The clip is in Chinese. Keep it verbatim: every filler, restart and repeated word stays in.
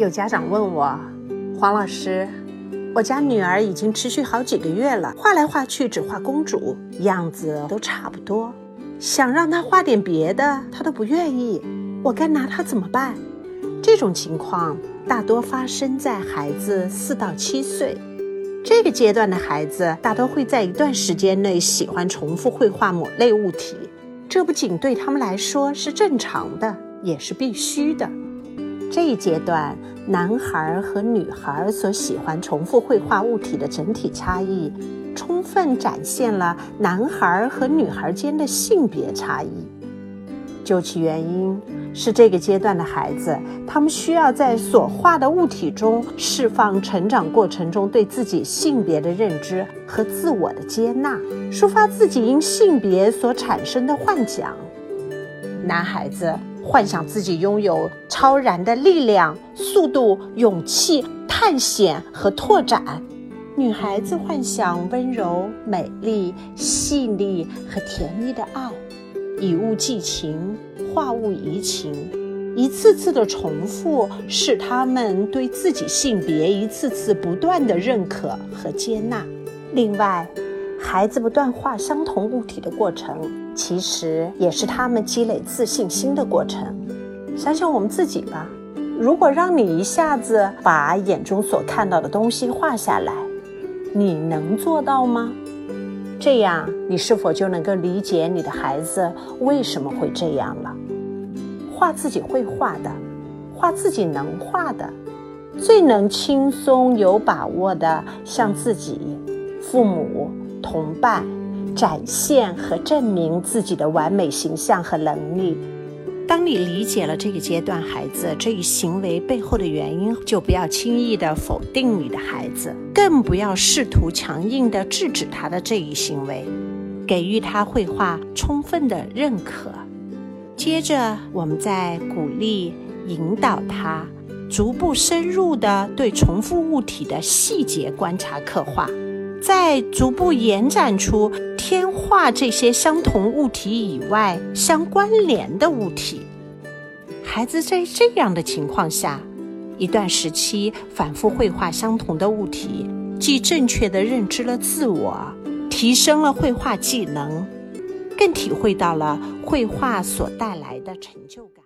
有家长问我，黄老师，我家女儿已经持续好几个月了，画来画去只画公主，样子都差不多，想让她画点别的，她都不愿意，我该拿她怎么办？这种情况大多发生在孩子四到七岁。这个阶段的孩子大多会在一段时间内喜欢重复绘画某类物体，这不仅对他们来说是正常的，也是必须的。这一阶段，男孩和女孩所喜欢重复绘画物体的整体差异，充分展现了男孩和女孩间的性别差异。究其原因，是这个阶段的孩子，他们需要在所画的物体中释放成长过程中对自己性别的认知和自我的接纳，抒发自己因性别所产生的幻想。男孩子幻想自己拥有超然的力量、速度、勇气、探险和拓展，女孩子幻想温柔、美丽、细腻和甜蜜的爱，以物寄情，化物怡情。一次次的重复使他们对自己性别一次次不断的认可和接纳。另外，孩子不断画相同物体的过程，其实也是他们积累自信心的过程。想想我们自己吧，如果让你一下子把眼中所看到的东西画下来，你能做到吗？这样你是否就能够理解你的孩子为什么会这样了？画自己会画的，画自己能画的，最能轻松有把握的向自己、父母、同伴展现和证明自己的完美形象和能力。当你理解了这个阶段孩子这一行为背后的原因，就不要轻易的否定你的孩子，更不要试图强硬的制止他的这一行为，给予他绘画充分的认可。接着我们再鼓励引导他逐步深入的对重复物体的细节观察刻画，再逐步延展出添画这些相同物体以外相关联的物体。孩子在这样的情况下，一段时期反复绘画相同的物体，既正确地认知了自我，提升了绘画技能，更体会到了绘画所带来的成就感。